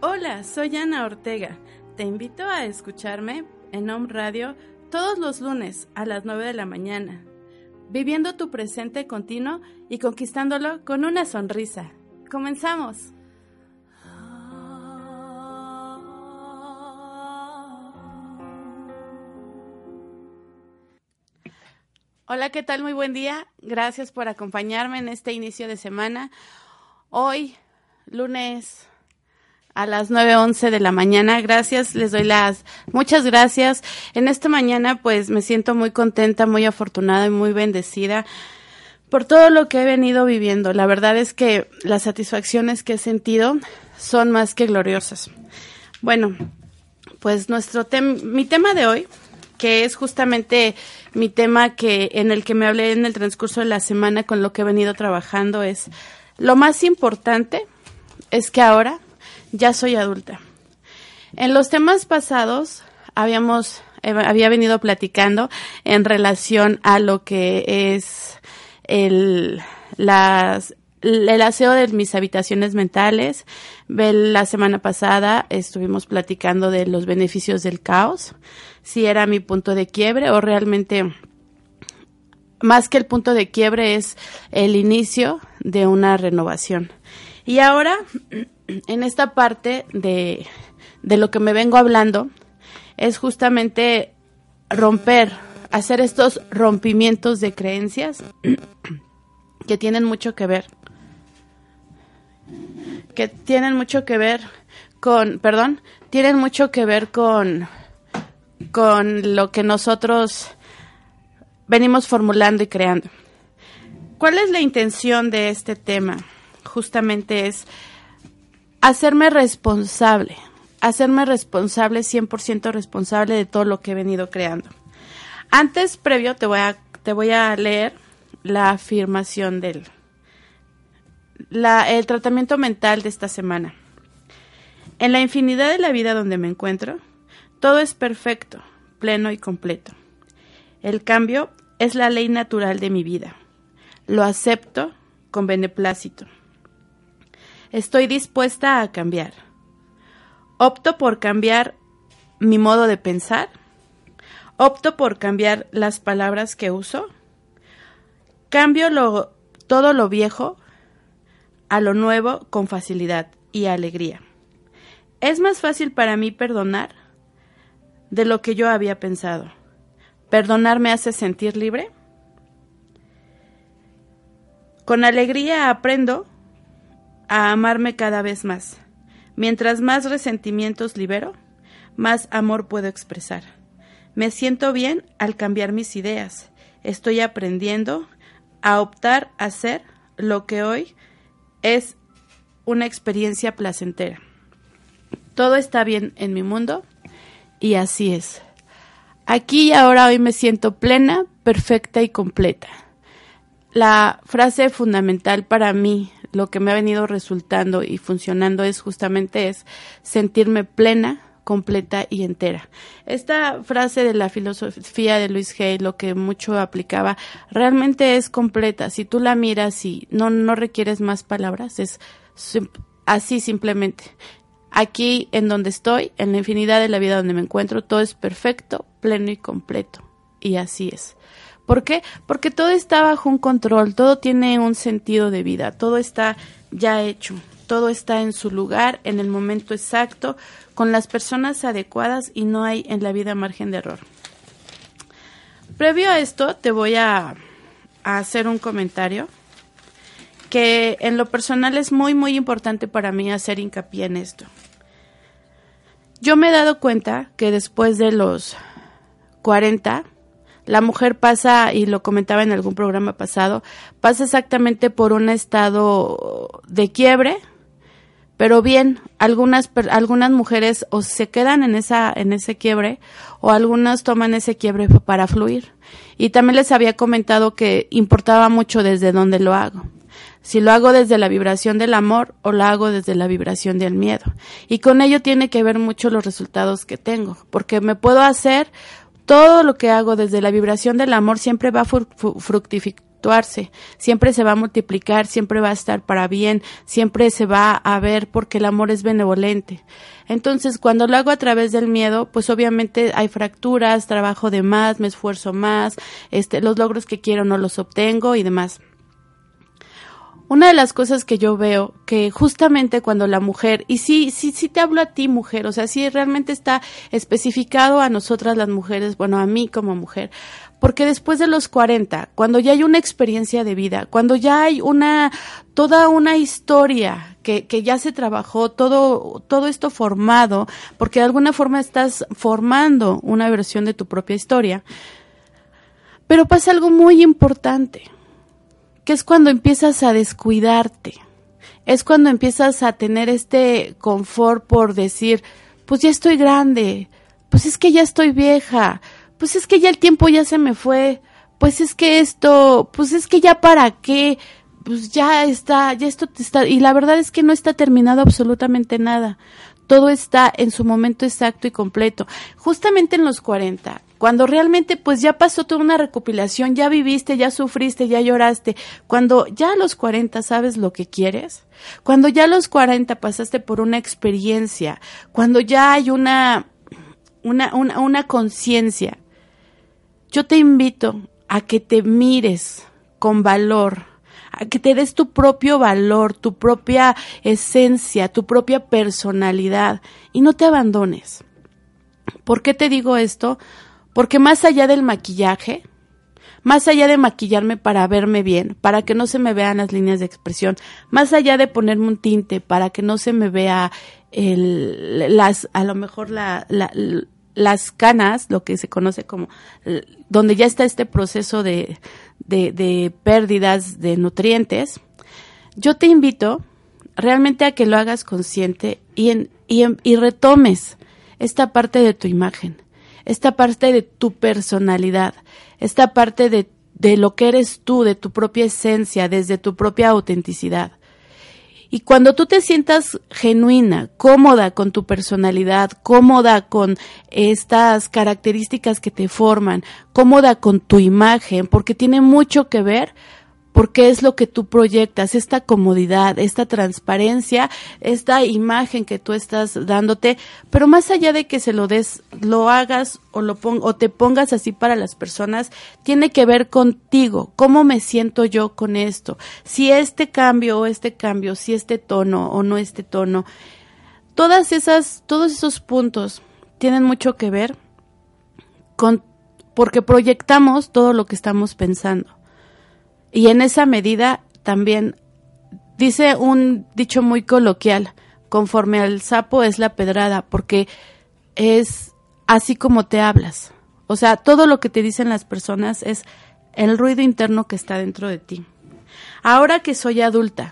Hola, soy Ana Ortega. Te invito a escucharme en Home Radio todos los lunes a las 9 de la mañana, viviendo tu presente continuo y conquistándolo con una sonrisa. ¡Comenzamos! Hola, ¿qué tal? Muy buen día. Gracias por acompañarme en este inicio de semana. Hoy, lunes a las 9:11 de la mañana. Gracias, les doy muchas gracias. En esta mañana pues me siento muy contenta, muy afortunada y muy bendecida por todo lo que he venido viviendo. La verdad es que las satisfacciones que he sentido son más que gloriosas. Bueno, pues mi tema de hoy, que es justamente mi tema en el que me hablé en el transcurso de la semana con lo que he venido trabajando, es lo más importante es que ahora ya soy adulta. En los temas pasados había venido platicando en relación a lo que es el aseo de mis habitaciones mentales. La semana pasada estuvimos platicando de los beneficios del caos, si era mi punto de quiebre o realmente más que el punto de quiebre es el inicio de una renovación. Y ahora, en esta parte de lo que me vengo hablando, es justamente hacer estos rompimientos de creencias que tienen mucho que ver con lo que nosotros venimos formulando y creando. ¿Cuál es la intención de este tema? Justamente es hacerme responsable, 100% responsable de todo lo que he venido creando. Antes, previo, te voy a leer la afirmación el tratamiento mental de esta semana. En la infinidad de la vida donde me encuentro, todo es perfecto, pleno y completo. El cambio es la ley natural de mi vida. Lo acepto con beneplácito. Estoy dispuesta a cambiar. Opto por cambiar mi modo de pensar. Opto por cambiar las palabras que uso. Cambio todo lo viejo a lo nuevo con facilidad y alegría. Es más fácil para mí perdonar de lo que yo había pensado. ¿Perdonar me hace sentir libre? Con alegría aprendo a amarme cada vez más. Mientras más resentimientos libero, más amor puedo expresar. Me siento bien al cambiar mis ideas. Estoy aprendiendo a optar a hacer lo que hoy es una experiencia placentera. Todo está bien en mi mundo y así es. Aquí y ahora hoy me siento plena, perfecta y completa. La frase fundamental para mí, lo que me ha venido resultando y funcionando es sentirme plena, completa y entera. Esta frase de la filosofía de Luis Hay, lo que mucho aplicaba, realmente es completa. Si tú la miras y no requieres más palabras, es así simplemente. Aquí en donde estoy, en la infinidad de la vida donde me encuentro, todo es perfecto, pleno y completo. Y así es. ¿Por qué? Porque todo está bajo un control, todo tiene un sentido de vida, todo está ya hecho, todo está en su lugar, en el momento exacto, con las personas adecuadas y no hay en la vida margen de error. Previo a esto, te voy a hacer un comentario que en lo personal es muy, muy importante para mí hacer hincapié en esto. Yo me he dado cuenta que después de los 40, la mujer pasa, y lo comentaba en algún programa pasado, pasa exactamente por un estado de quiebre, pero bien, algunas mujeres o se quedan en ese quiebre o algunas toman ese quiebre para fluir. Y también les había comentado que importaba mucho desde dónde lo hago. Si lo hago desde la vibración del amor o lo hago desde la vibración del miedo. Y con ello tiene que ver mucho los resultados que tengo, porque me puedo hacer todo lo que hago desde la vibración del amor siempre va a fructificar perpetuarse, siempre se va a multiplicar, siempre va a estar para bien, siempre se va a ver porque el amor es benevolente. Entonces, cuando lo hago a través del miedo, pues obviamente hay fracturas, trabajo de más, me esfuerzo más, los logros que quiero no los obtengo y demás. Una de las cosas que yo veo, que justamente cuando la mujer, y sí te hablo a ti, mujer, o sea, sí realmente está especificado a nosotras las mujeres, bueno, a mí como mujer, porque después de los 40, cuando ya hay una experiencia de vida, cuando ya hay toda una historia que ya se trabajó, todo esto formado, porque de alguna forma estás formando una versión de tu propia historia, pero pasa algo muy importante, que es cuando empiezas a descuidarte, es cuando empiezas a tener este confort por decir, pues ya estoy grande, pues es que ya estoy vieja, pues es que ya el tiempo ya se me fue, pues es que pues es que ya para qué, pues ya esto está, y la verdad es que no está terminado absolutamente nada. Todo está en su momento exacto y completo. Justamente en los 40, cuando realmente pues ya pasó toda una recopilación, ya viviste, ya sufriste, ya lloraste, cuando ya a los 40 sabes lo que quieres, cuando ya a los 40 pasaste por una experiencia, cuando ya hay una conciencia, yo te invito a que te mires con valor, a que te des tu propio valor, tu propia esencia, tu propia personalidad y no te abandones. ¿Por qué te digo esto? Porque más allá del maquillaje, más allá de maquillarme para verme bien, para que no se me vean las líneas de expresión, más allá de ponerme un tinte para que no se me vea a lo mejor las canas, lo que se conoce como, donde ya está este proceso de pérdidas de nutrientes, yo te invito realmente a que lo hagas consciente y retomes esta parte de tu imagen, esta parte de tu personalidad, esta parte de lo que eres tú, de tu propia esencia, desde tu propia autenticidad. Y cuando tú te sientas genuina, cómoda con tu personalidad, cómoda con estas características que te forman, cómoda con tu imagen, porque tiene mucho que ver, porque es lo que tú proyectas, esta comodidad, esta transparencia, esta imagen que tú estás dándote, pero más allá de que se lo des, lo hagas o te pongas así para las personas, tiene que ver contigo, cómo me siento yo con esto, si este cambio, si este tono o no este tono, todos esos puntos tienen mucho que ver porque proyectamos todo lo que estamos pensando. Y en esa medida también dice un dicho muy coloquial, conforme al sapo es la pedrada, porque es así como te hablas. O sea, todo lo que te dicen las personas es el ruido interno que está dentro de ti. Ahora que soy adulta,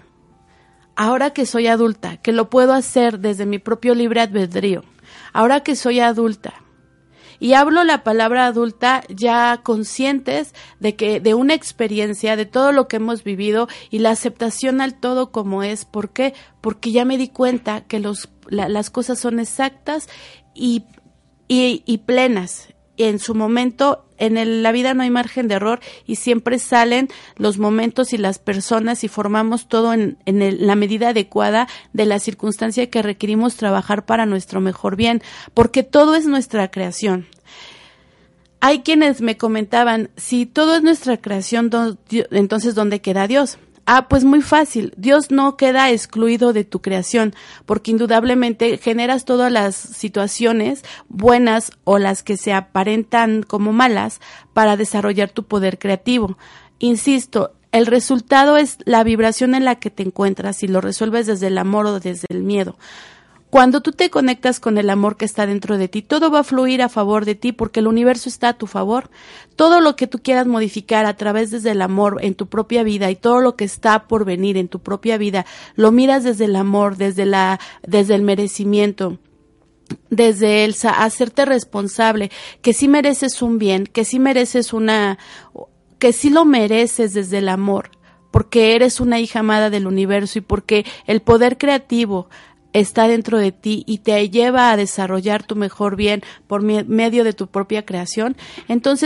que lo puedo hacer desde mi propio libre albedrío, ahora que soy adulta, y hablo la palabra adulta ya conscientes de una experiencia, de todo lo que hemos vivido y la aceptación al todo como es. ¿Por qué? Porque ya me di cuenta que las cosas son exactas y plenas. En su momento, la vida no hay margen de error y siempre salen los momentos y las personas y formamos todo en la medida adecuada de la circunstancia que requerimos trabajar para nuestro mejor bien, porque todo es nuestra creación. Hay quienes me comentaban, si todo es nuestra creación, entonces ¿dónde queda Dios? Pues muy fácil, Dios no queda excluido de tu creación, porque indudablemente generas todas las situaciones buenas o las que se aparentan como malas para desarrollar tu poder creativo. Insisto, el resultado es la vibración en la que te encuentras, si lo resuelves desde el amor o desde el miedo. Cuando tú te conectas con el amor que está dentro de ti, todo va a fluir a favor de ti porque el universo está a tu favor. Todo lo que tú quieras modificar a través desde el amor en tu propia vida y todo lo que está por venir en tu propia vida, lo miras desde el amor, desde el merecimiento, desde el hacerte responsable, que sí mereces un bien, que sí mereces que sí lo mereces desde el amor, porque eres una hija amada del universo y porque el poder creativo está dentro de ti y te lleva a desarrollar tu mejor bien por medio de tu propia creación. Entonces,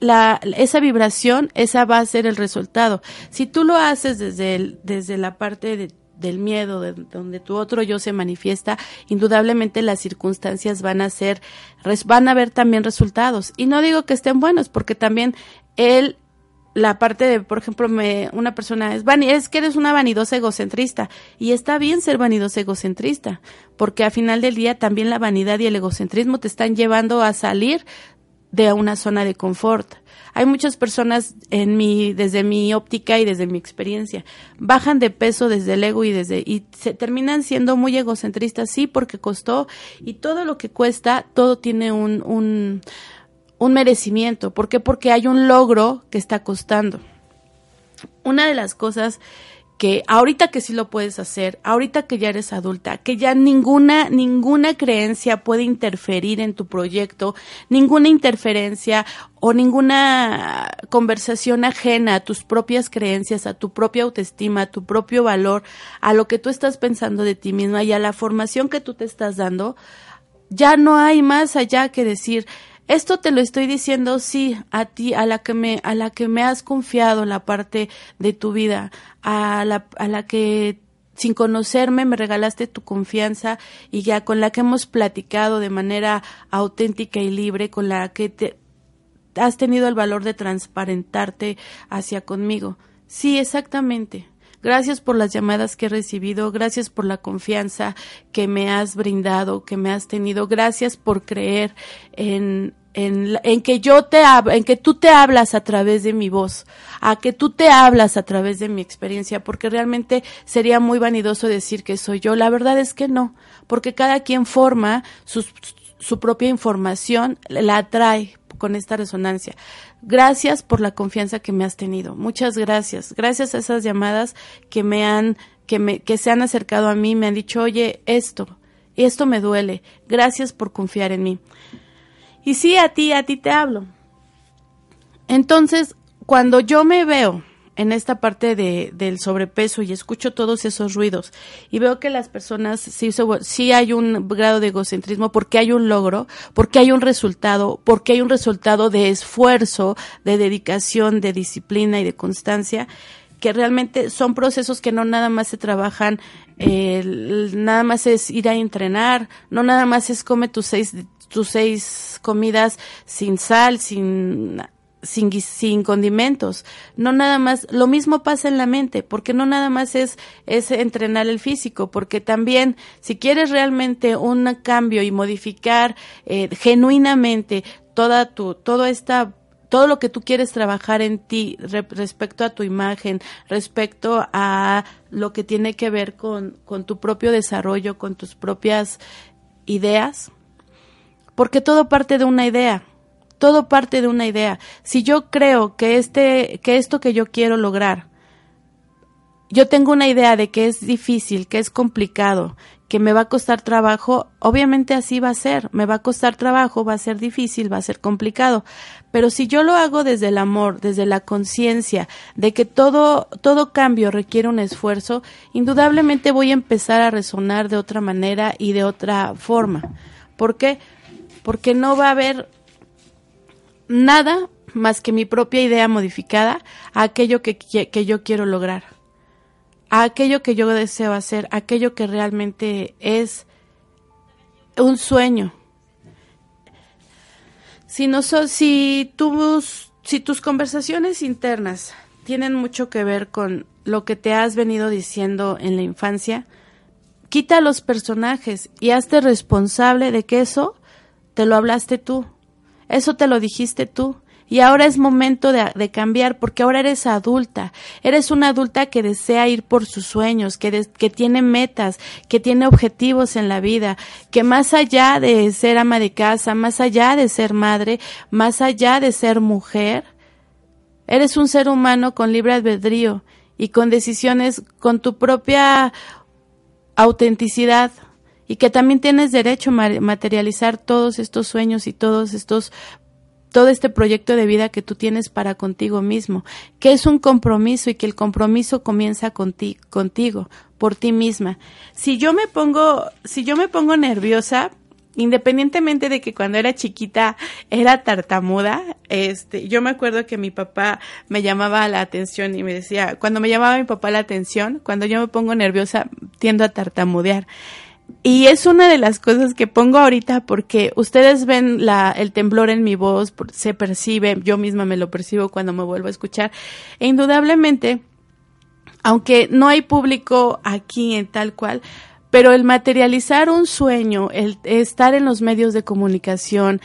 esa vibración, esa va a ser el resultado. Si tú lo haces desde la parte del miedo, de donde tu otro yo se manifiesta, indudablemente las circunstancias van a haber también resultados. Y no digo que estén buenos, porque también la parte de, por ejemplo, una persona es que eres una vanidosa egocentrista, y está bien ser vanidosa egocentrista, porque al final del día también la vanidad y el egocentrismo te están llevando a salir de una zona de confort. Hay muchas personas desde mi óptica y desde mi experiencia, bajan de peso desde el ego y se terminan siendo muy egocentristas, sí, porque costó, y todo lo que cuesta, todo tiene un merecimiento. ¿Por qué? Porque hay un logro que está costando. Una de las cosas que ahorita que sí lo puedes hacer, ahorita que ya eres adulta, que ya ninguna creencia puede interferir en tu proyecto, ninguna interferencia o ninguna conversación ajena a tus propias creencias, a tu propia autoestima, a tu propio valor, a lo que tú estás pensando de ti misma y a la formación que tú te estás dando, ya no hay más allá que decir, esto te lo estoy diciendo, sí, a ti, a la que me has confiado la parte de tu vida, a la que sin conocerme me regalaste tu confianza y ya con la que hemos platicado de manera auténtica y libre, con la que has tenido el valor de transparentarte hacia conmigo. Sí, exactamente. Gracias por las llamadas que he recibido, gracias por la confianza que me has brindado, que me has tenido, gracias por creer en que tú te hablas a través de mi voz, a que tú te hablas a través de mi experiencia, porque realmente sería muy vanidoso decir que soy yo. La verdad es que no, porque cada quien forma su propia información, la atrae con esta resonancia. Gracias por la confianza que me has tenido. Muchas gracias. Gracias a esas llamadas que se han acercado a mí, me han dicho, oye, esto me duele. Gracias por confiar en mí. Y sí, a ti te hablo. Entonces, cuando yo me veo en esta parte del sobrepeso y escucho todos esos ruidos y veo que las personas sí hay un grado de egocentrismo porque hay un logro, porque hay un resultado de esfuerzo, de dedicación, de disciplina y de constancia, que realmente son procesos que no nada más se trabajan, nada más es ir a entrenar, no nada más es come tus seis comidas sin sal, sin condimentos. No nada más, lo mismo pasa en la mente, porque no nada más es entrenar el físico, porque también si quieres realmente un cambio y modificar genuinamente todo lo que tú quieres trabajar en ti respecto a tu imagen, respecto a lo que tiene que ver con tu propio desarrollo, con tus propias ideas, porque todo parte de una idea. Todo parte de una idea. Si yo creo que esto que yo quiero lograr, yo tengo una idea de que es difícil, que es complicado, que me va a costar trabajo, obviamente así va a ser. Me va a costar trabajo, va a ser difícil, va a ser complicado. Pero si yo lo hago desde el amor, desde la conciencia de que todo cambio requiere un esfuerzo, indudablemente voy a empezar a resonar de otra manera y de otra forma. ¿Por qué? Porque no va a haber nada más que mi propia idea modificada a aquello que yo quiero lograr, a aquello que yo deseo hacer, aquello que realmente es un sueño. Si tus conversaciones internas tienen mucho que ver con lo que te has venido diciendo en la infancia, quita los personajes y hazte responsable de que eso te lo hablaste tú. Eso te lo dijiste tú y ahora es momento de cambiar, porque ahora eres adulta, eres una adulta que desea ir por sus sueños, que tiene metas, que tiene objetivos en la vida, que más allá de ser ama de casa, más allá de ser madre, más allá de ser mujer, eres un ser humano con libre albedrío y con decisiones, con tu propia autenticidad. Y que también tienes derecho a materializar todos estos sueños y todo este proyecto de vida que tú tienes para contigo mismo, que es un compromiso y que el compromiso comienza contigo, por ti misma. Si yo me pongo nerviosa, independientemente de que cuando era chiquita era tartamuda, yo me acuerdo que mi papá me llamaba la atención y me decía, cuando me llamaba mi papá la atención, cuando yo me pongo nerviosa, tiendo a tartamudear. Y es una de las cosas que pongo ahorita porque ustedes ven el temblor en mi voz, se percibe, yo misma me lo percibo cuando me vuelvo a escuchar. E indudablemente, aunque no hay público aquí en tal cual, pero el materializar un sueño, el estar en los medios de comunicación,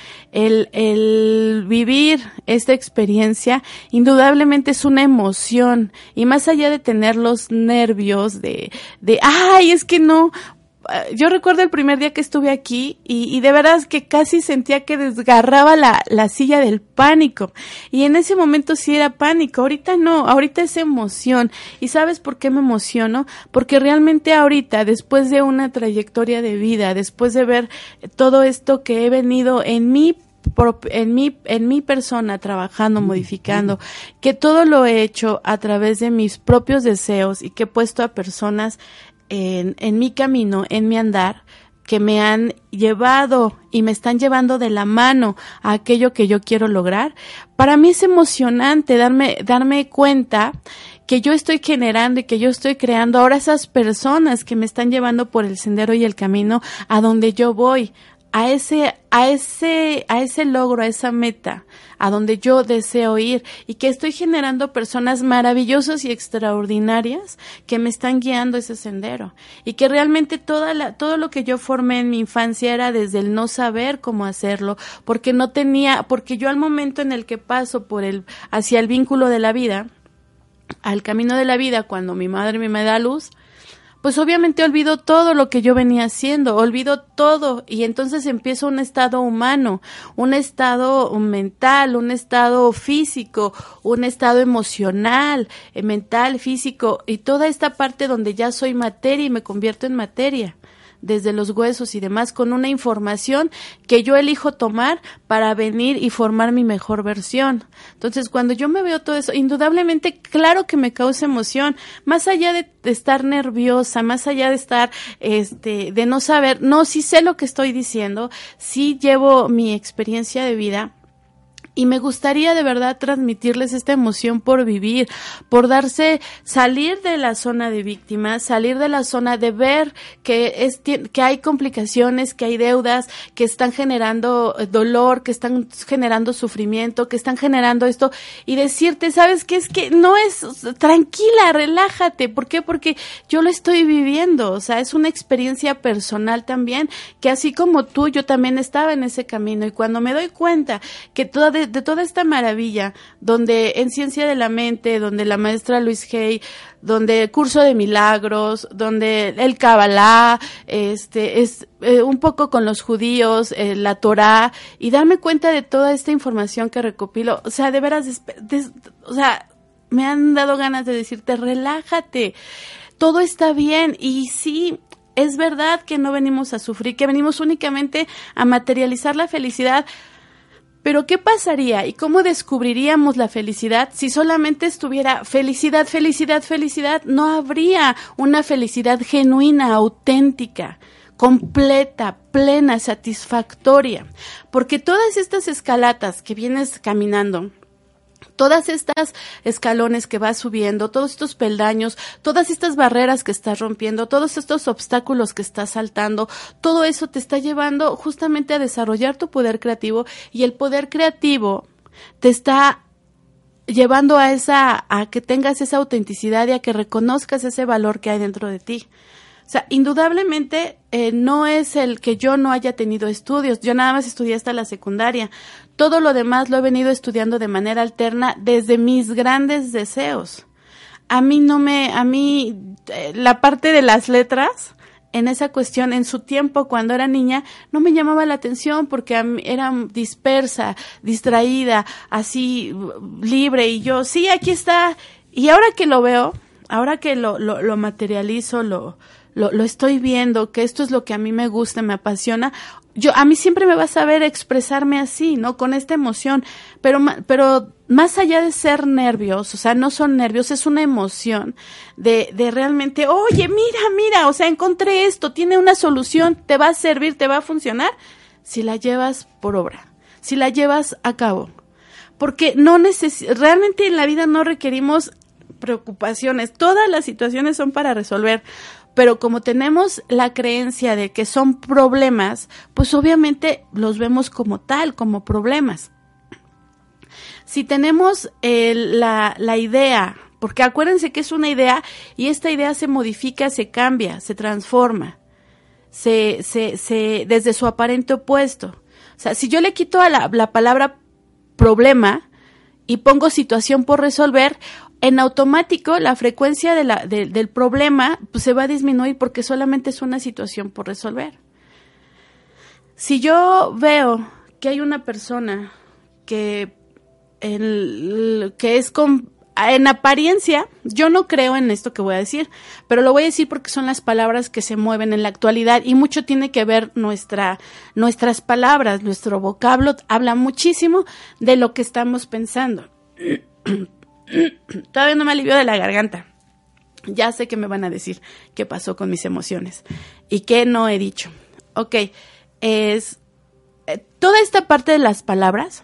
el vivir esta experiencia, indudablemente es una emoción. Y más allá de tener los nervios ay, es que no. Yo recuerdo el primer día que estuve aquí y de verdad que casi sentía que desgarraba la silla del pánico. Y en ese momento sí era pánico, ahorita no, ahorita es emoción. ¿Y sabes por qué me emociono? Porque realmente ahorita, después de una trayectoria de vida, después de ver todo esto que he venido en mi persona trabajando, modificando, que todo lo he hecho a través de mis propios deseos y que he puesto a personas en mi camino, en mi andar, que me han llevado y me están llevando de la mano a aquello que yo quiero lograr. Para mí es emocionante darme cuenta que yo estoy generando y que yo estoy creando ahora esas personas que me están llevando por el sendero y el camino a donde yo voy, a ese logro, a esa meta, a donde yo deseo ir, y que estoy generando personas maravillosas y extraordinarias que me están guiando ese sendero, y que realmente todo lo que yo formé en mi infancia era desde el no saber cómo hacerlo, porque yo al momento en el que paso hacia el vínculo de la vida, al camino de la vida, cuando mi madre me da luz, pues obviamente olvido todo lo que yo venía haciendo, olvido todo, y entonces empiezo un estado humano, un estado mental, un estado físico, un estado emocional, mental, físico, y toda esta parte donde ya soy materia y me convierto en materia, desde los huesos y demás, con una información que yo elijo tomar para venir y formar mi mejor versión. Entonces, cuando yo me veo todo eso, indudablemente, claro que me causa emoción, más allá de estar nerviosa, más allá de estar, de no saber, no, sí sé lo que estoy diciendo, sí llevo mi experiencia de vida. Y me gustaría de verdad transmitirles esta emoción por vivir, por salir de la zona de víctima, salir de la zona de ver que hay complicaciones, que hay deudas, que están generando dolor, que están generando sufrimiento, que están generando esto, y decirte, ¿sabes qué? Es que no es, tranquila, relájate. ¿Por qué? Porque yo lo estoy viviendo, o sea, es una experiencia personal también, que así como tú, yo también estaba en ese camino, y cuando me doy cuenta que de toda esta maravilla, donde en Ciencia de la Mente, donde la maestra Louise Hay, donde Curso de Milagros, donde el Kabbalah, es un poco con los judíos, la Torá, y darme cuenta de toda esta información que recopilo, o sea, de veras, o sea, me han dado ganas de decirte, relájate, todo está bien, y sí, es verdad que no venimos a sufrir, que venimos únicamente a materializar la felicidad. Pero ¿qué pasaría y cómo descubriríamos la felicidad si solamente estuviera felicidad, felicidad, felicidad? No habría una felicidad genuina, auténtica, completa, plena, satisfactoria. Porque todas estas escalatas que vienes caminando, todas estas escalones que vas subiendo, todos estos peldaños, todas estas barreras que estás rompiendo, todos estos obstáculos que estás saltando, todo eso te está llevando justamente a desarrollar tu poder creativo, y el poder creativo te está llevando a que tengas esa autenticidad y a que reconozcas ese valor que hay dentro de ti. O sea, indudablemente no es el que yo no haya tenido estudios, yo nada más estudié hasta la secundaria. Todo lo demás lo he venido estudiando de manera alterna desde mis grandes deseos. A mí la parte de las letras, en esa cuestión, en su tiempo, cuando era niña, no me llamaba la atención porque era dispersa, distraída, así, libre, y yo, sí, aquí está. Y ahora que lo veo, ahora que lo materializo, lo estoy viendo, que esto es lo que a mí me gusta, me apasiona, a mí siempre me vas a ver expresarme así, ¿no? Con esta emoción, pero más allá de ser nervios, o sea, no son nervios, es una emoción de realmente, oye, mira, o sea, encontré esto, tiene una solución, te va a servir, te va a funcionar. si la llevas por obra, si la llevas a cabo. Porque realmente en la vida no requerimos preocupaciones, todas las situaciones son para resolver, pero como tenemos la creencia de que son problemas, pues obviamente los vemos como tal, como problemas. Si tenemos la idea, porque acuérdense que es una idea y esta idea se modifica, se cambia, se transforma, desde su aparente opuesto. O sea, si yo le quito a la palabra problema y pongo situación por resolver, en automático la frecuencia del problema pues, se va a disminuir porque solamente es una situación por resolver. Si yo veo que hay una persona que es en apariencia, yo no creo en esto que voy a decir, pero lo voy a decir porque son las palabras que se mueven en la actualidad y mucho tiene que ver nuestras palabras, nuestro vocablo habla muchísimo de lo que estamos pensando. Todavía no me alivio de la garganta. Ya sé que me van a decir qué pasó con mis emociones y qué no he dicho. Ok, toda esta parte de las palabras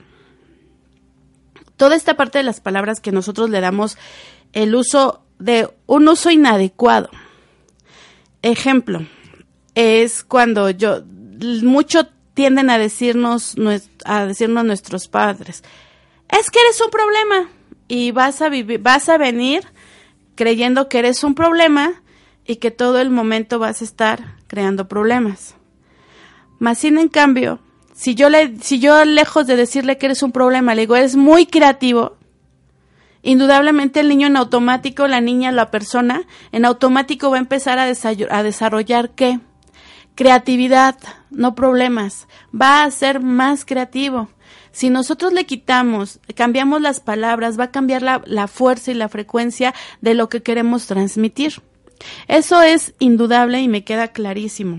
que nosotros le damos un uso inadecuado. Ejemplo, es cuando mucho tienden a decirnos nuestros padres, es que eres un problema, y vas a venir creyendo que eres un problema y que todo el momento vas a estar creando problemas. Más sin en cambio, si yo lejos de decirle que eres un problema, le digo, eres muy creativo, indudablemente el niño en automático, la niña, la persona, en automático va a empezar a desarrollar ¿qué? Creatividad, no problemas. Va a ser más creativo. Si nosotros cambiamos las palabras, va a cambiar la fuerza y la frecuencia de lo que queremos transmitir. Eso es indudable y me queda clarísimo.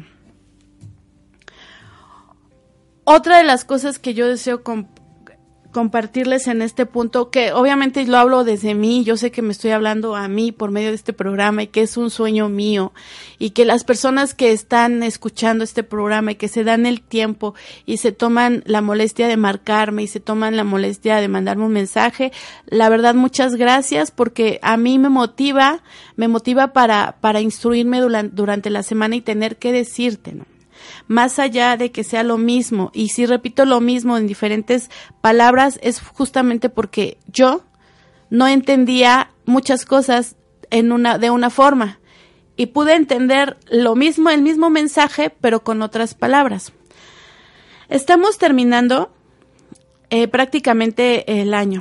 Otra de las cosas que yo deseo compartirles en este punto, que obviamente lo hablo desde mí, yo sé que me estoy hablando a mí por medio de este programa y que es un sueño mío y que las personas que están escuchando este programa y que se dan el tiempo y se toman la molestia de marcarme y se toman la molestia de mandarme un mensaje, la verdad muchas gracias porque a mí me motiva para instruirme durante la semana y tener que decirte, ¿no? Más allá de que sea lo mismo, y si repito lo mismo en diferentes palabras, es justamente porque yo no entendía muchas cosas de una forma, y pude entender el mismo mensaje, pero con otras palabras. Estamos terminando prácticamente el año.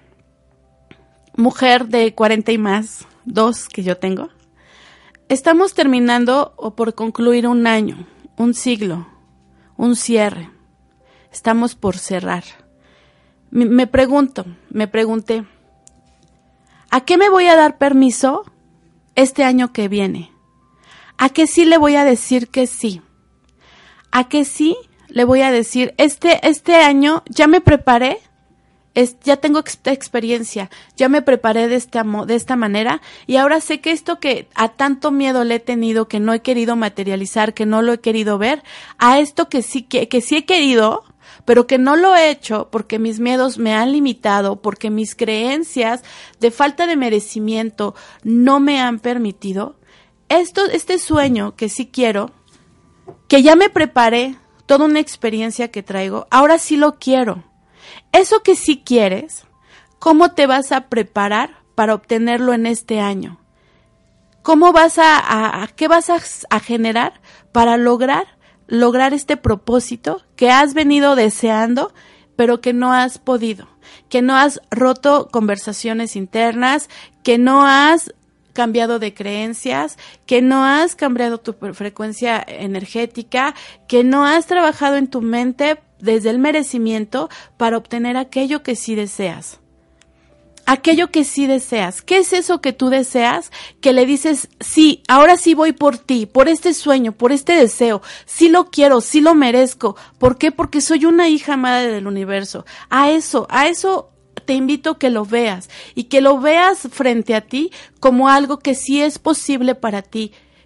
Mujer de 40 y más, 2 que yo tengo. Estamos terminando o por concluir un año. Un siglo, un cierre. Estamos por cerrar. Me pregunté, ¿a qué me voy a dar permiso este año que viene? ¿A qué sí le voy a decir que sí? ¿A qué sí le voy a decir, este año ya me preparé? Ya tengo experiencia, ya me preparé de esta manera y ahora sé que esto que a tanto miedo le he tenido, que no he querido materializar, que no lo he querido ver, a esto que sí he querido, pero que no lo he hecho porque mis miedos me han limitado, porque mis creencias de falta de merecimiento no me han permitido, este sueño que sí quiero, que ya me preparé, toda una experiencia que traigo, ahora sí lo quiero. Eso que sí quieres, ¿cómo te vas a preparar para obtenerlo en este año? ¿Cómo qué vas a generar para lograr este propósito que has venido deseando, pero que no has podido? Que no has roto conversaciones internas, que no has cambiado de creencias, que no has cambiado tu frecuencia energética, que no has trabajado en tu mente desde el merecimiento para obtener aquello que sí deseas. Aquello que sí deseas. ¿Qué es eso que tú deseas? Que le dices, sí, ahora sí voy por ti, por este sueño, por este deseo. Sí lo quiero, sí lo merezco. ¿Por qué? Porque soy una hija amada del universo. A eso te invito a que lo veas y que lo veas frente a ti como algo que sí es posible para ti,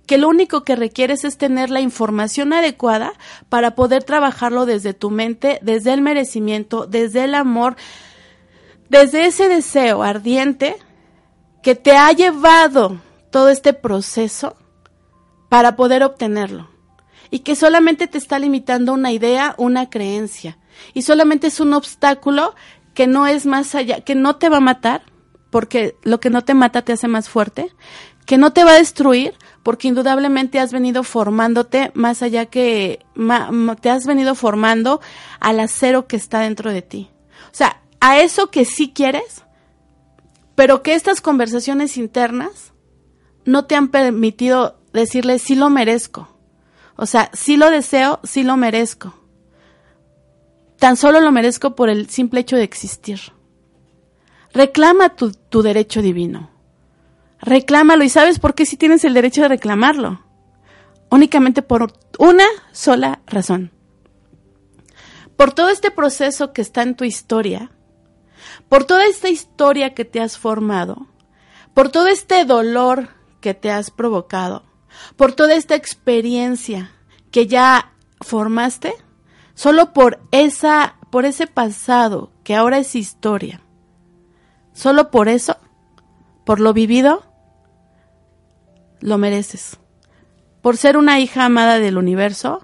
que lo único que requieres es tener la información adecuada para poder trabajarlo desde tu mente, desde el merecimiento, desde el amor, desde ese deseo ardiente que te ha llevado todo este proceso para poder obtenerlo. Y que solamente te está limitando una idea, una creencia. Y solamente es un obstáculo que no es más allá, que no te va a matar, porque lo que no te mata te hace más fuerte, que no te va a destruir, porque indudablemente has venido formándote más allá que, te has venido formando al acero que está dentro de ti. O sea, a eso que sí quieres, pero que estas conversaciones internas no te han permitido decirle sí lo merezco. O sea, sí lo deseo, sí lo merezco. Tan solo lo merezco por el simple hecho de existir. Reclama tu derecho divino. Reclámalo. ¿Y sabes por qué sí tienes el derecho de reclamarlo? Únicamente por una sola razón. Por todo este proceso que está en tu historia, por toda esta historia que te has formado, por todo este dolor que te has provocado, por toda esta experiencia que ya formaste, solo por ese pasado que ahora es historia, solo por eso, por lo vivido, lo mereces. Por ser una hija amada del universo,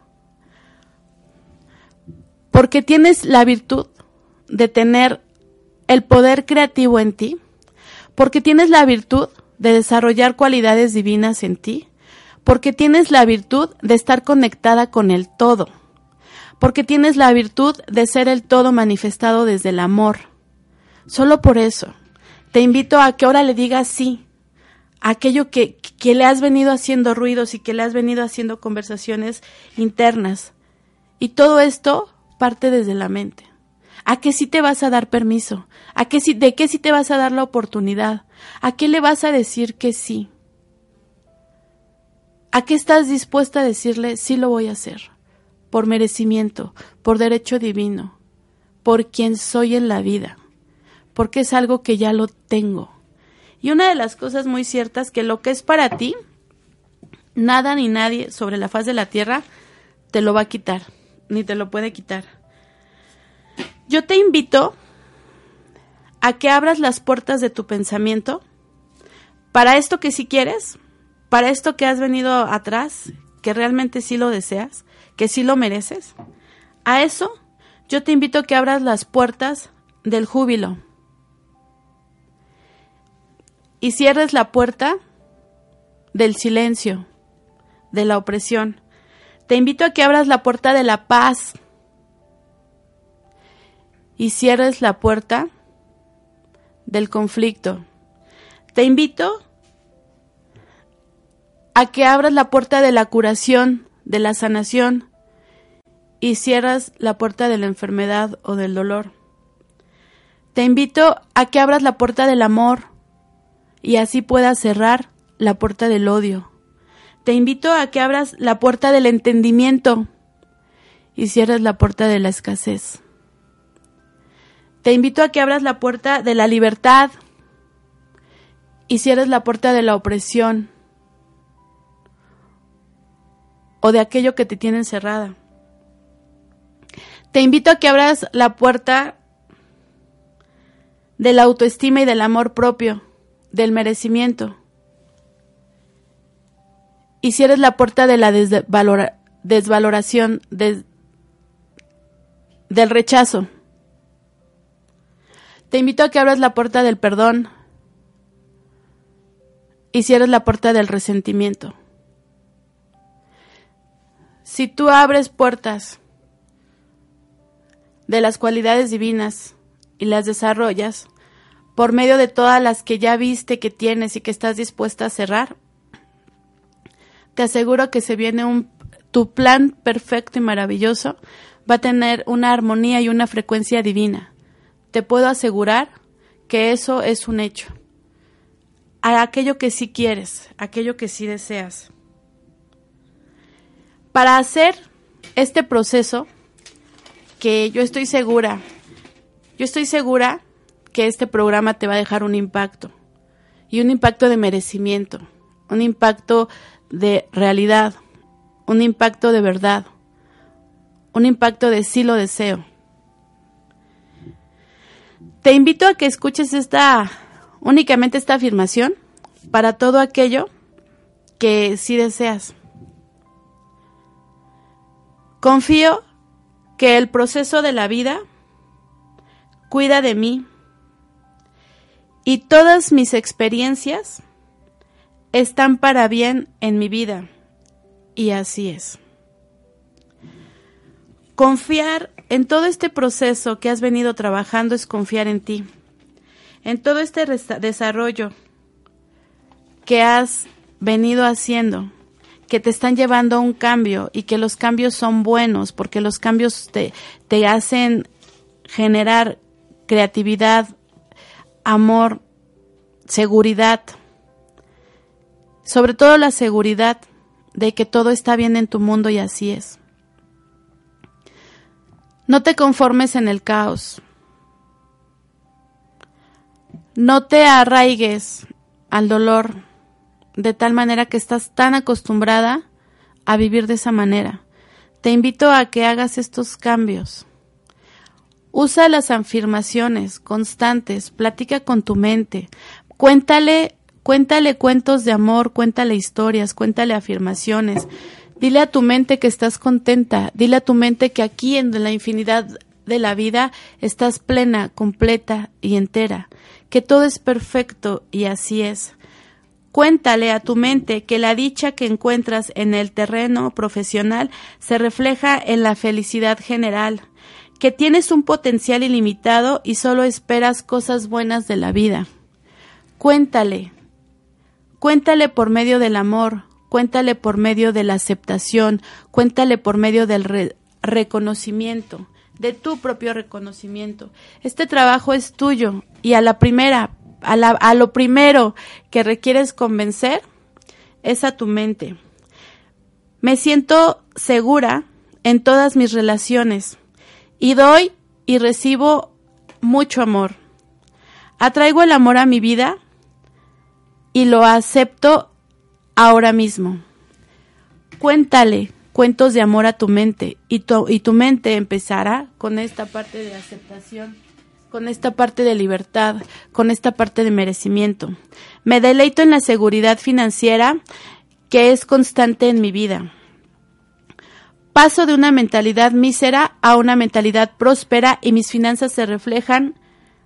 porque tienes la virtud de tener el poder creativo en ti, porque tienes la virtud de desarrollar cualidades divinas en ti, porque tienes la virtud de estar conectada con el todo, porque tienes la virtud de ser el todo manifestado desde el amor. Solo por eso, te invito a que ahora le digas sí a aquello que le has venido haciendo ruidos y que le has venido haciendo conversaciones internas. Y todo esto parte desde la mente. ¿A qué sí te vas a dar permiso? ¿De qué sí te vas a dar la oportunidad? ¿A qué le vas a decir que sí? ¿A qué estás dispuesta a decirle sí lo voy a hacer? Por merecimiento, por derecho divino, por quien soy en la vida, porque es algo que ya lo tengo. Y una de las cosas muy ciertas que lo que es para ti, nada ni nadie sobre la faz de la tierra te lo va a quitar, ni te lo puede quitar. Yo te invito a que abras las puertas de tu pensamiento para esto que sí quieres, para esto que has venido atrás, que realmente sí lo deseas, que sí lo mereces. A eso yo te invito a que abras las puertas del júbilo y cierres la puerta del silencio, de la opresión. Te invito a que abras la puerta de la paz y cierres la puerta del conflicto. Te invito a que abras la puerta de la curación, de la sanación, y cierras la puerta de la enfermedad o del dolor. Te invito a que abras la puerta del amor y así puedas cerrar la puerta del odio. Te invito a que abras la puerta del entendimiento y cierres la puerta de la escasez. Te invito a que abras la puerta de la libertad y cierres la puerta de la opresión o de aquello que te tiene encerrada. Te invito a que abras la puerta de la autoestima y del amor propio, del merecimiento, y cierres la puerta de la desvaloración, del rechazo. Te invito a que abras la puerta del perdón y cierres la puerta del resentimiento. Si tú abres puertas de las cualidades divinas y las desarrollas por medio de todas las que ya viste que tienes y que estás dispuesta a cerrar, te aseguro que se viene tu plan perfecto y maravilloso va a tener una armonía y una frecuencia divina. Te puedo asegurar que eso es un hecho. A aquello que sí quieres, aquello que sí deseas. Para hacer este proceso, que yo estoy segura que este programa te va a dejar un impacto, y un impacto de merecimiento, un impacto de realidad, un impacto de verdad, un impacto de sí lo deseo. Te invito a que escuches únicamente esta afirmación para todo aquello que sí deseas. Confío que el proceso de la vida cuida de mí y todas mis experiencias están para bien en mi vida, y así es. Confiar en todo este proceso que has venido trabajando es confiar en ti, en todo este desarrollo que has venido haciendo, que te están llevando a un cambio y que los cambios son buenos porque los cambios te hacen generar creatividad, amor, seguridad, sobre todo la seguridad de que todo está bien en tu mundo y así es. No te conformes en el caos. No te arraigues al dolor de tal manera que estás tan acostumbrada a vivir de esa manera. Te invito a que hagas estos cambios. Usa las afirmaciones constantes, platica con tu mente, cuéntale cuentos de amor, cuéntale historias, cuéntale afirmaciones. Dile a tu mente que estás contenta, dile a tu mente que aquí en la infinidad de la vida estás plena, completa y entera, que todo es perfecto y así es. Cuéntale a tu mente que la dicha que encuentras en el terreno profesional se refleja en la felicidad general, que tienes un potencial ilimitado y solo esperas cosas buenas de la vida. Cuéntale por medio del amor, cuéntale por medio de la aceptación, cuéntale por medio del reconocimiento, de tu propio reconocimiento. Este trabajo es tuyo y a lo primero que requieres convencer es a tu mente. Me siento segura en todas mis relaciones y doy y recibo mucho amor. Atraigo el amor a mi vida y lo acepto ahora mismo. Cuéntale cuentos de amor a tu mente y tu mente empezará con esta parte de aceptación, con esta parte de libertad, con esta parte de merecimiento. Me deleito en la seguridad financiera que es constante en mi vida. Paso de una mentalidad mísera a una mentalidad próspera y mis finanzas se reflejan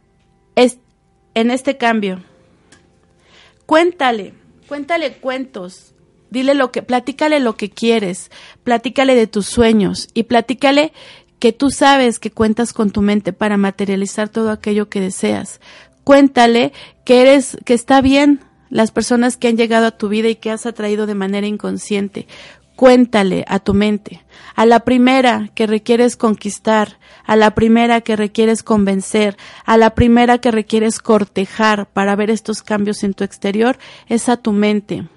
en este cambio. Cuéntale cuentos. Platícale lo que quieres, platícale de tus sueños y platícale que tú sabes que cuentas con tu mente para materializar todo aquello que deseas. Cuéntale que está bien las personas que han llegado a tu vida y que has atraído de manera inconsciente. Cuéntale a tu mente, a la primera que requieres conquistar, a la primera que requieres convencer, a la primera que requieres cortejar para ver estos cambios en tu exterior, es a tu mente.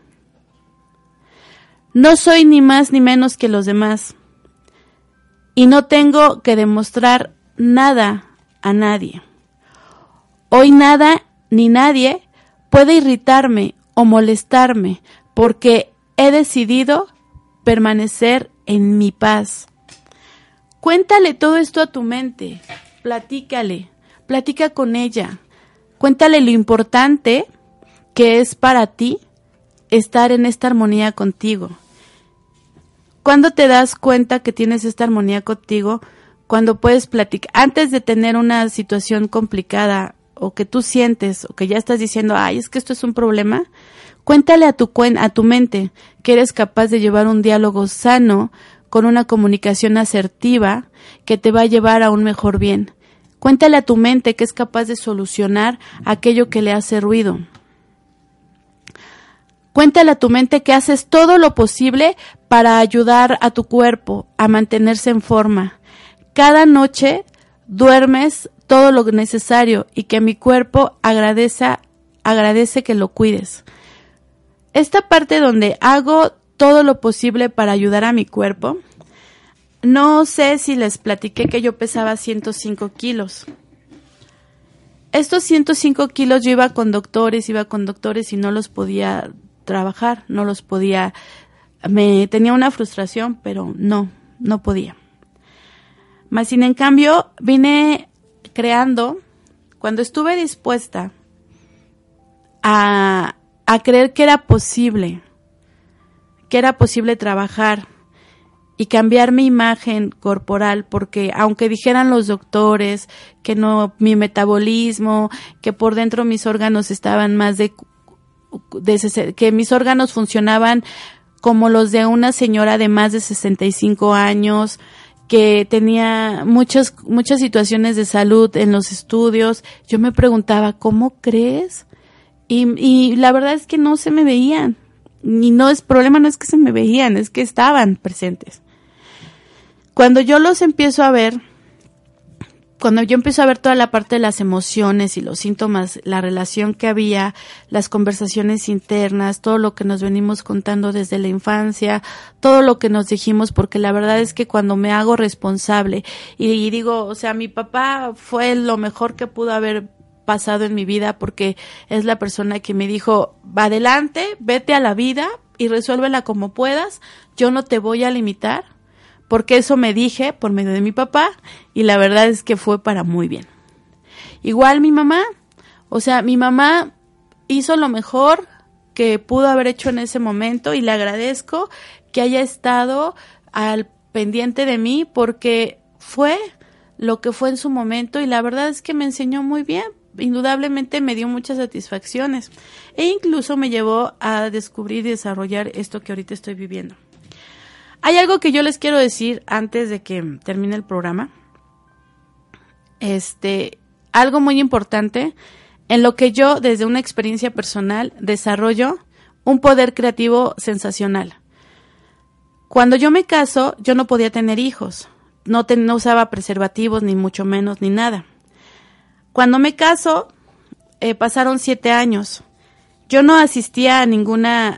No soy ni más ni menos que los demás y no tengo que demostrar nada a nadie. Hoy nada ni nadie puede irritarme o molestarme porque he decidido permanecer en mi paz. Cuéntale todo esto a tu mente, platica con ella, cuéntale lo importante que es para ti estar en esta armonía contigo. ¿Cuándo te das cuenta que tienes esta armonía contigo? Cuando puedes platicar, antes de tener una situación complicada o que tú sientes o que ya estás diciendo, ay, es que esto es un problema. Cuéntale a tu mente que eres capaz de llevar un diálogo sano con una comunicación asertiva que te va a llevar a un mejor bien. Cuéntale a tu mente que es capaz de solucionar aquello que le hace ruido. Cuéntale a tu mente que haces todo lo posible para ayudar a tu cuerpo a mantenerse en forma. Cada noche duermes todo lo necesario y que mi cuerpo agradece que lo cuides. Esta parte donde hago todo lo posible para ayudar a mi cuerpo, no sé si les platiqué que yo pesaba 105 kilos. Estos 105 kilos yo iba con doctores y no los podía trabajar, no los podía, tenía una frustración, pero no podía. Más sin en cambio, vine creando, cuando estuve dispuesta a creer que era posible trabajar y cambiar mi imagen corporal, porque aunque dijeran los doctores que no, mi metabolismo, que por dentro mis órganos estaban más que mis órganos funcionaban como los de una señora de más de 65 años, que tenía muchas situaciones de salud en los estudios, yo me preguntaba, ¿cómo crees? Y la verdad es que no se me veían. Y problema no es que se me veían, es que estaban presentes. Cuando yo empiezo a ver toda la parte de las emociones y los síntomas, la relación que había, las conversaciones internas, todo lo que nos venimos contando desde la infancia, todo lo que nos dijimos, porque la verdad es que cuando me hago responsable y digo, o sea, mi papá fue lo mejor que pudo haber pasado en mi vida, porque es la persona que me dijo, va adelante, vete a la vida y resuélvela como puedas, yo no te voy a limitar, porque eso me dije por medio de mi papá, y la verdad es que fue para muy bien. Igual mi mamá hizo lo mejor que pudo haber hecho en ese momento, y le agradezco que haya estado al pendiente de mí, porque fue lo que fue en su momento, y la verdad es que me enseñó muy bien. Indudablemente me dio muchas satisfacciones e incluso me llevó a descubrir y desarrollar esto que ahorita estoy viviendo. Hay algo que yo les quiero decir antes de que termine el programa. Algo muy importante en lo que yo, desde una experiencia personal, desarrollo un poder creativo sensacional. Cuando yo me caso, yo no podía tener hijos. No usaba preservativos, ni mucho menos, ni nada. Cuando me caso, pasaron 7 años. Yo no asistía a ninguna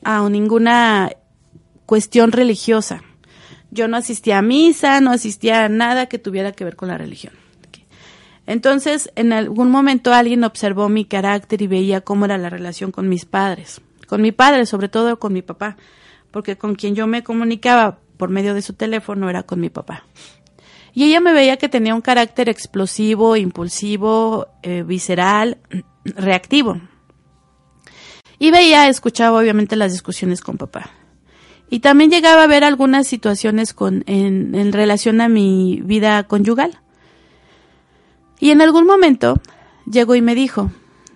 cuestión religiosa. Yo no asistía a misa, no asistía a nada que tuviera que ver con la religión. Entonces, en algún momento alguien observó mi carácter y veía cómo era la relación con mis padres. Con mi padre, sobre todo con mi papá, porque con quien yo me comunicaba por medio de su teléfono era con mi papá. Y ella me veía que tenía un carácter explosivo, impulsivo, visceral, reactivo. Y escuchaba obviamente las discusiones con papá. Y también llegaba a ver algunas situaciones en relación a mi vida conyugal. Y en algún momento llegó y me dijo,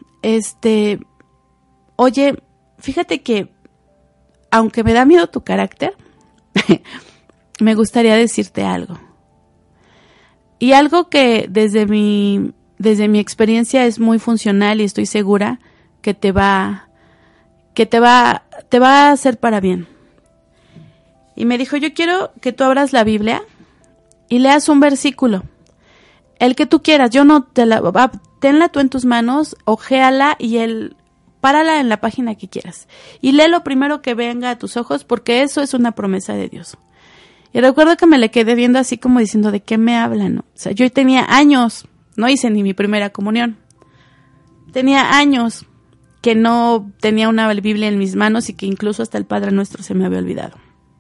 oye, fíjate que aunque me da miedo tu carácter, me gustaría decirte algo. Y algo que desde mi experiencia es muy funcional y estoy segura que te va a hacer para bien. Y me dijo, yo quiero que tú abras la Biblia y leas un versículo, el que tú quieras. Tenla tú en tus manos, ojeala y párala en la página que quieras. Y lee lo primero que venga a tus ojos, porque eso es una promesa de Dios. Y recuerdo que me le quedé viendo así como diciendo, ¿de qué me hablan? ¿No? O sea, yo tenía años, no hice ni mi primera comunión. Tenía años que no tenía una Biblia en mis manos y que incluso hasta el Padre Nuestro se me había olvidado.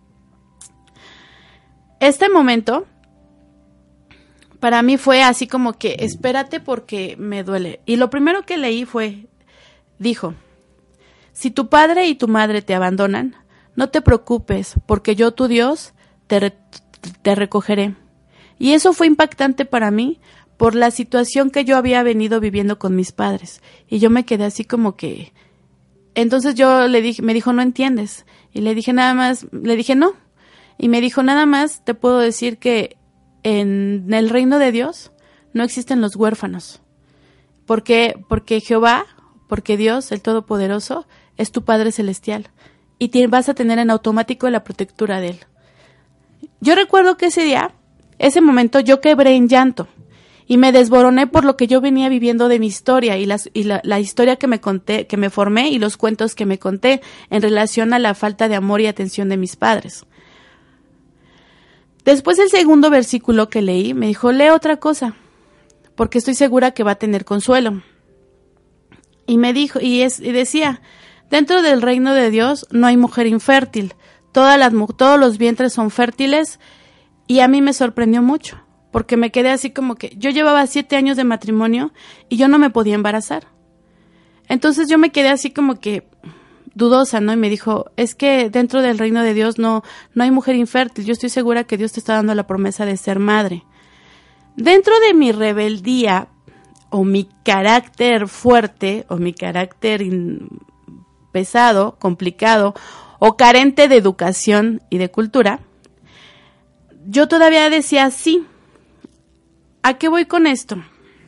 Este momento para mí fue así como que, espérate porque me duele. Y lo primero que leí dijo, si tu padre y tu madre te abandonan, no te preocupes, porque yo, tu Dios, te recogeré. Y eso fue impactante para mí por la situación que yo había venido viviendo con mis padres. Y yo me quedé así como que... Entonces me dijo, ¿no entiendes? Y le dije no. Y me dijo, nada más te puedo decir que en el reino de Dios no existen los huérfanos. Porque Jehová, porque Dios, el Todopoderoso, es tu Padre Celestial. Y vas a tener en automático la protectura de Él. Yo recuerdo que ese momento, yo quebré en llanto. Y me desboroné por lo que yo venía viviendo de mi historia y la historia que me conté, que me formé, y los cuentos que me conté en relación a la falta de amor y atención de mis padres. Después del segundo versículo que leí, me dijo, lee otra cosa, porque estoy segura que va a tener consuelo. Y me dijo, y decía, Dentro del reino de Dios no hay mujer infértil. Todos los vientres son fértiles y a mí me sorprendió mucho porque me quedé así como que yo llevaba 7 años de matrimonio y yo no me podía embarazar. Entonces yo me quedé así como que dudosa, ¿no? Y me dijo, es que dentro del reino de Dios no hay mujer infértil. Yo estoy segura que Dios te está dando la promesa de ser madre. Dentro de mi rebeldía o mi carácter fuerte o mi carácter pesado, complicado o carente de educación y de cultura, yo todavía decía sí. ¿A qué voy con esto?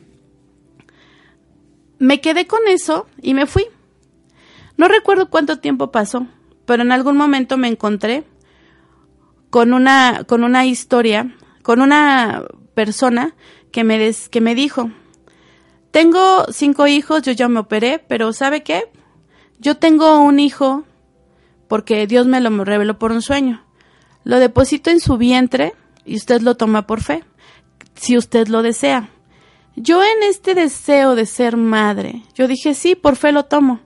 Me quedé con eso y me fui. No recuerdo cuánto tiempo pasó, pero en algún momento me encontré con una historia, con una persona que me dijo, tengo 5 hijos, yo ya me operé, pero ¿sabe qué? Yo tengo un hijo porque Dios me lo reveló por un sueño. Lo deposito en su vientre y usted lo toma por fe, si usted lo desea. Yo en este deseo de ser madre, yo dije sí, por fe lo tomo.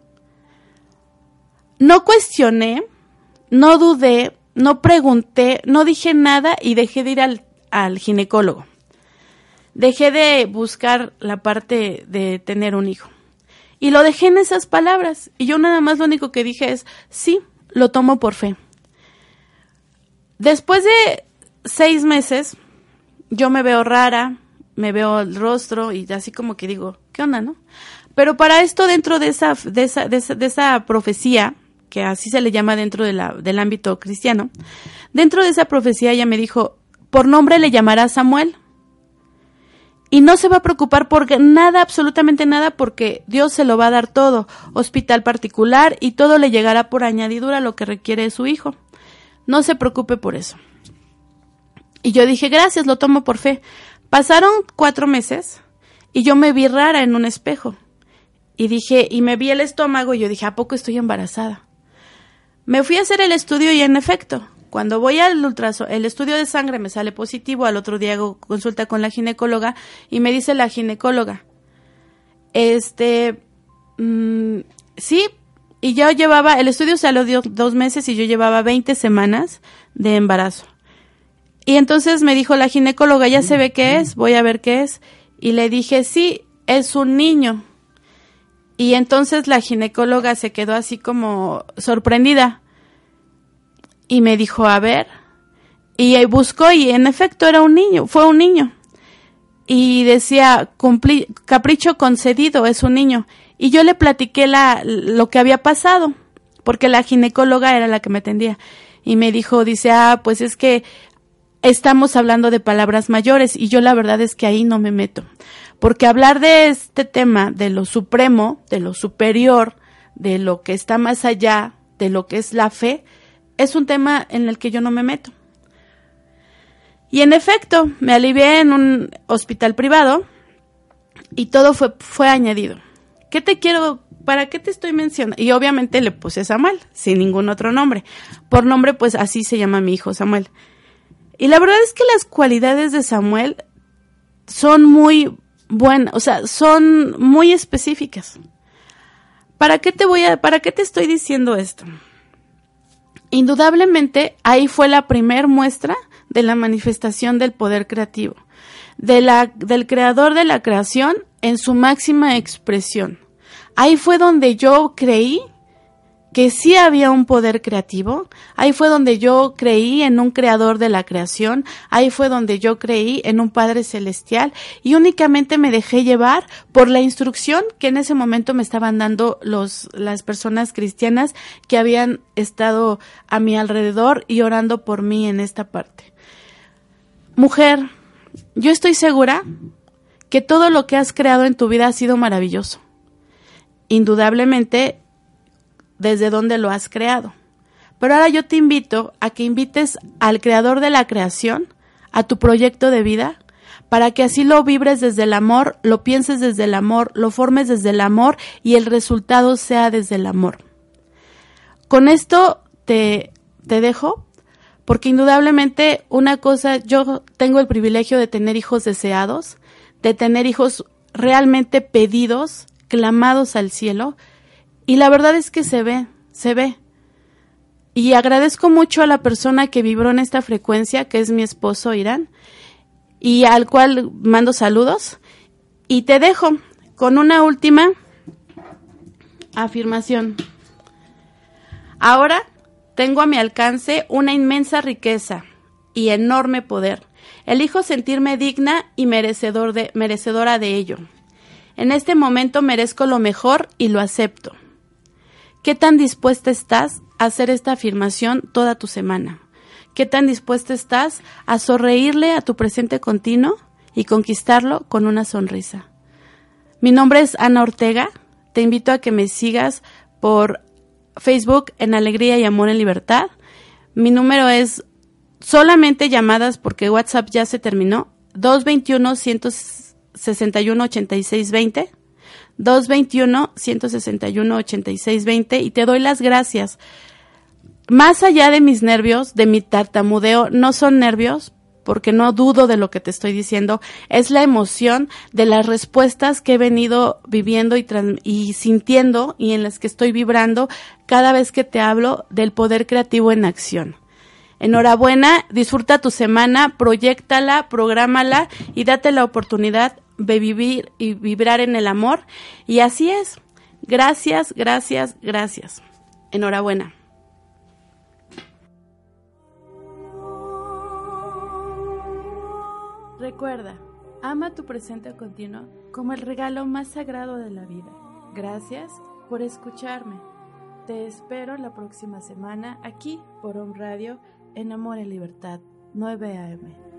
No cuestioné, no dudé, no pregunté, no dije nada y dejé de ir al ginecólogo. Dejé de buscar la parte de tener un hijo. Y lo dejé en esas palabras. Y yo nada más lo único que dije es, sí, lo tomo por fe. Después de 6 meses, yo me veo rara, me veo el rostro y así como que digo, ¿qué onda, no? Pero para esto, dentro de esa profecía, que así se le llama dentro del ámbito cristiano, dentro de esa profecía ella me dijo, por nombre le llamará Samuel. Y no se va a preocupar por nada, absolutamente nada, porque Dios se lo va a dar todo, hospital particular y todo le llegará por añadidura lo que requiere su hijo. No se preocupe por eso. Y yo dije, gracias, lo tomo por fe. Pasaron 4 meses y yo me vi rara en un espejo. Y me vi el estómago y yo dije, ¿a poco estoy embarazada? Me fui a hacer el estudio y en efecto, cuando voy al el estudio de sangre me sale positivo, al otro día hago consulta con la ginecóloga y me dice la ginecóloga, sí, y yo llevaba, el estudio salió 2 meses y yo llevaba 20 semanas de embarazo. Y entonces me dijo la ginecóloga, ya se ve qué es, voy a ver qué es. Y le dije, sí, es un niño. Y entonces la ginecóloga se quedó así como sorprendida. Y me dijo, a ver. Y buscó y en efecto era un niño, fue un niño. Y decía, capricho concedido, es un niño. Y yo le platiqué lo que había pasado, porque la ginecóloga era la que me atendía. Y me dijo, dice, pues es que estamos hablando de palabras mayores y yo la verdad es que ahí no me meto. Porque hablar de este tema, de lo supremo, de lo superior, de lo que está más allá, de lo que es la fe, es un tema en el que yo no me meto. Y en efecto, me alivié en un hospital privado y todo fue añadido. ¿Para qué te estoy mencionando? Y obviamente le puse Samuel, sin ningún otro nombre. Por nombre, pues así se llama mi hijo, Samuel. Y la verdad es que las cualidades de Samuel son muy buenas, o sea, son muy específicas. ¿Para qué te estoy diciendo esto? Indudablemente, ahí fue la primer muestra de la manifestación del poder creativo, del creador de la creación en su máxima expresión. Ahí fue donde yo creí que sí había un poder creativo, ahí fue donde yo creí en un creador de la creación, ahí fue donde yo creí en un Padre Celestial y únicamente me dejé llevar por la instrucción que en ese momento me estaban dando las personas cristianas que habían estado a mi alrededor y orando por mí en esta parte. Mujer, yo estoy segura que todo lo que has creado en tu vida ha sido maravilloso. Indudablemente, desde dónde lo has creado. Pero ahora yo te invito a que invites al creador de la creación a tu proyecto de vida para que así lo vibres desde el amor, lo pienses desde el amor, lo formes desde el amor y el resultado sea desde el amor. Con esto te dejo porque indudablemente una cosa, yo tengo el privilegio de tener hijos deseados, de tener hijos realmente pedidos, clamados al cielo. Y la verdad es que se ve. Y agradezco mucho a la persona que vibró en esta frecuencia, que es mi esposo Irán, y al cual mando saludos. Y te dejo con una última afirmación. Ahora tengo a mi alcance una inmensa riqueza y enorme poder. Elijo sentirme digna y merecedora de ello. En este momento merezco lo mejor y lo acepto. ¿Qué tan dispuesta estás a hacer esta afirmación toda tu semana? ¿Qué tan dispuesta estás a sonreírle a tu presente continuo y conquistarlo con una sonrisa? Mi nombre es Ana Ortega. Te invito a que me sigas por Facebook en Alegría y Amor en Libertad. Mi número es solamente llamadas porque WhatsApp ya se terminó. 221-161-8620. 221-161-8620 y te doy las gracias. Más allá de mis nervios, de mi tartamudeo, no son nervios, porque no dudo de lo que te estoy diciendo, es la emoción de las respuestas que he venido viviendo y sintiendo y en las que estoy vibrando cada vez que te hablo del poder creativo en acción. Enhorabuena, disfruta tu semana, proyéctala, prográmala y date la oportunidad de vivir y vibrar en el amor. Y así es. Gracias. Enhorabuena. Recuerda, ama tu presente continuo como el regalo más sagrado de la vida. Gracias por escucharme. Te espero la próxima semana aquí por Home Radio en Amor en Libertad, 9 AM.